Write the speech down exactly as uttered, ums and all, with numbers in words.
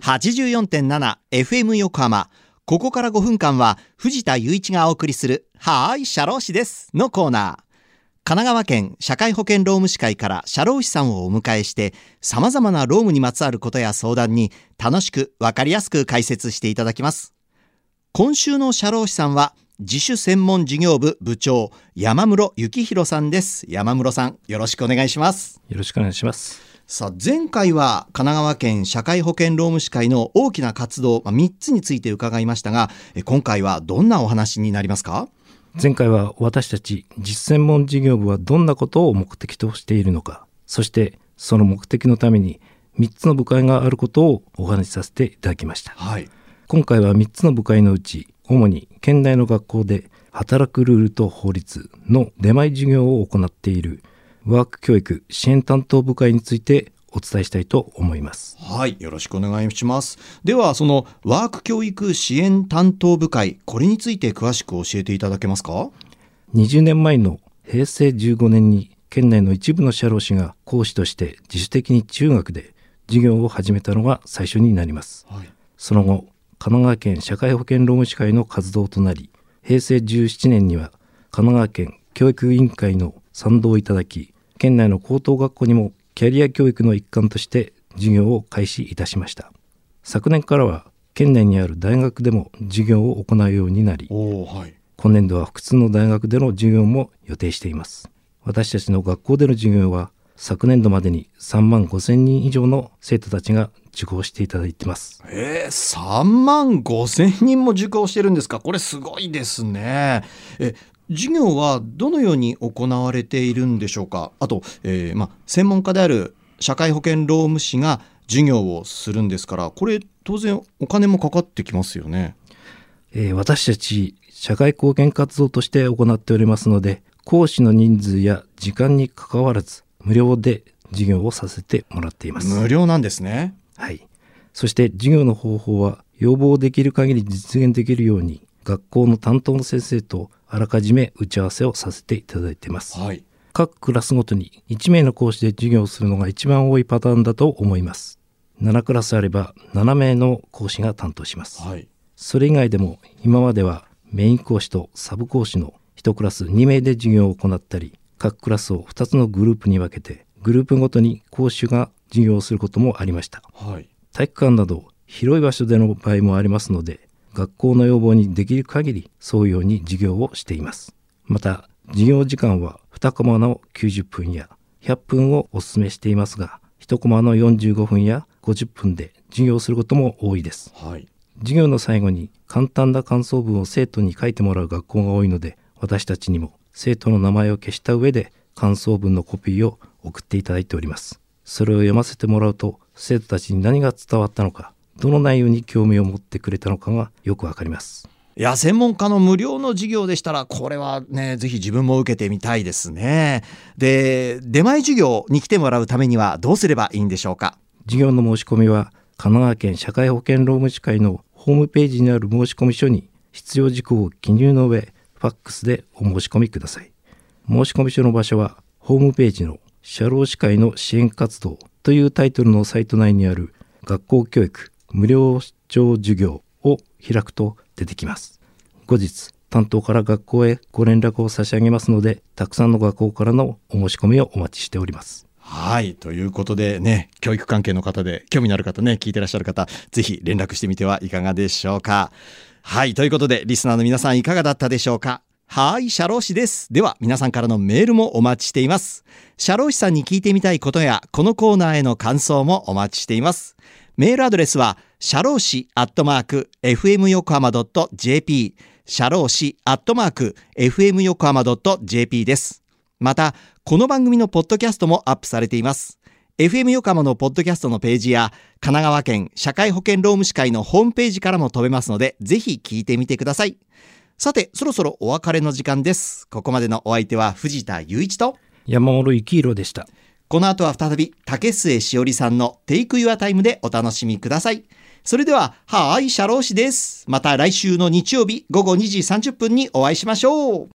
はちじゅうよんてんななエフエム 横浜。ここからごふんかんは藤田雄一がお送りするはーい社労士ですのコーナー。神奈川県社会保険労務士会から社労士さんをお迎えして様々な労務にまつわることや相談に楽しくわかりやすく解説していただきます。今週の社労士さんは自主専門事業部部長山室幸宏さんです。山室さん、よろしくお願いします。 よろしくお願いします。 さあ、前回は神奈川県社会保険労務士会の大きな活動、まあ、みっつについて伺いましたが、今回はどんなお話になりますか？ 前回は私たち実専門事業部はどんなことを目的としているのか、そしてその目的のためにみっつの部会があることをお話しさせていただきました。 はい、 今回はみっつの部会のうち主に県内の学校で働くルールと法律の出前授業を行っているワーク教育支援担当部会についてお伝えしたいと思います。 はい、よろしくお願いします。ではそのワーク教育支援担当部会、これについて詳しく教えていただけますか？ にじゅうねんまえのへいせいじゅうごねんに県内の一部の社労士が講師として自主的に中学で授業を始めたのが最初になります。はい、その後神奈川県社会保険労務士会の活動となり、へいせいじゅうななねんには神奈川県教育委員会の賛同をいただき、県内の高等学校にもキャリア教育の一環として授業を開始いたしました。昨年からは県内にある大学でも授業を行うようになり、はい、今年度は複数の大学での授業も予定しています。私たちの学校での授業は昨年度までにさんまんごせんにん以上の生徒たちが受講していただいています。 えー、さんまんごせんにんも受講してるんですか？これすごいですね。え授業はどのように行われているんでしょうか？あと、えーま、専門家である社会保険労務士が授業をするんですから、これ当然お金もかかってきますよね。 えー、私たち社会貢献活動として行っておりますので、講師の人数や時間にかかわらず無料で授業をさせてもらっています。 無料なんですね。 はい。そして授業の方法は要望できる限り実現できるように学校の担当の先生とあらかじめ打ち合わせをさせていただいています。はい、各クラスごとにいちめいの講師で授業をするのが一番多いパターンだと思います。ななクラスあればななめいの講師が担当します。はい、それ以外でも今まではメイン講師とサブ講師のいちクラスにめいで授業を行ったり、各クラスをふたつのグループに分けてグループごとに講師が授業をすることもありました。はい、体育館など広い場所での場合もありますので、学校の要望にできる限り沿うように授業をしています。また授業時間はにコマのきゅうじゅっぷんやひゃっぷんをお勧めしていますが、いちコマのよんじゅうごふんやごじゅっぷんで授業することも多いです。はい、授業の最後に簡単な感想文を生徒に書いてもらう学校が多いので、私たちにも生徒の名前を消した上で感想文のコピーを送っていただいております。それを読ませてもらうと、生徒たちに何が伝わったのか、どの内容に興味を持ってくれたのかがよくわかります。 いや、専門家の無料の授業でしたら、これはね、ぜひ自分も受けてみたいですね。で、出前授業に来てもらうためにはどうすればいいんでしょうか？ 授業の申し込みは神奈川県社会保険労務士会のホームページにある申込書に必要事項を記入の上、ファックスでお申し込みください。申込書の場所はホームページの社労士会の支援活動というタイトルのサイト内にある学校教育無料視聴授業を開くと出てきます。後日担当から学校へご連絡を差し上げますので、たくさんの学校からのお申し込みをお待ちしております。 はい、ということでね、教育関係の方で興味のある方ね、聞いてらっしゃる方、ぜひ連絡してみてはいかがでしょうか。はい、ということでリスナーの皆さんいかがだったでしょうか？はい、社労士です。では皆さんからのメールもお待ちしています。社労士さんに聞いてみたいことやこのコーナーへの感想もお待ちしています。メールアドレスは社労士アットマーク エフエム 横浜 ドット ジェーピー 社労士アットマーク エフエム 横浜 ドット ジェーピー です。またこの番組のポッドキャストもアップされています。 エフエム 横浜のポッドキャストのページや神奈川県社会保険労務士会のホームページからも飛べますので、ぜひ聞いてみてください。さて、そろそろお別れの時間です。ここまでのお相手は藤田雄一と山室幸宏でした。 この後は再び竹末しおりさんのテイクユアタイムでお楽しみください。それでは、はーい、社労士です。また来週の日曜日午後にじさんじゅっぷんにお会いしましょう。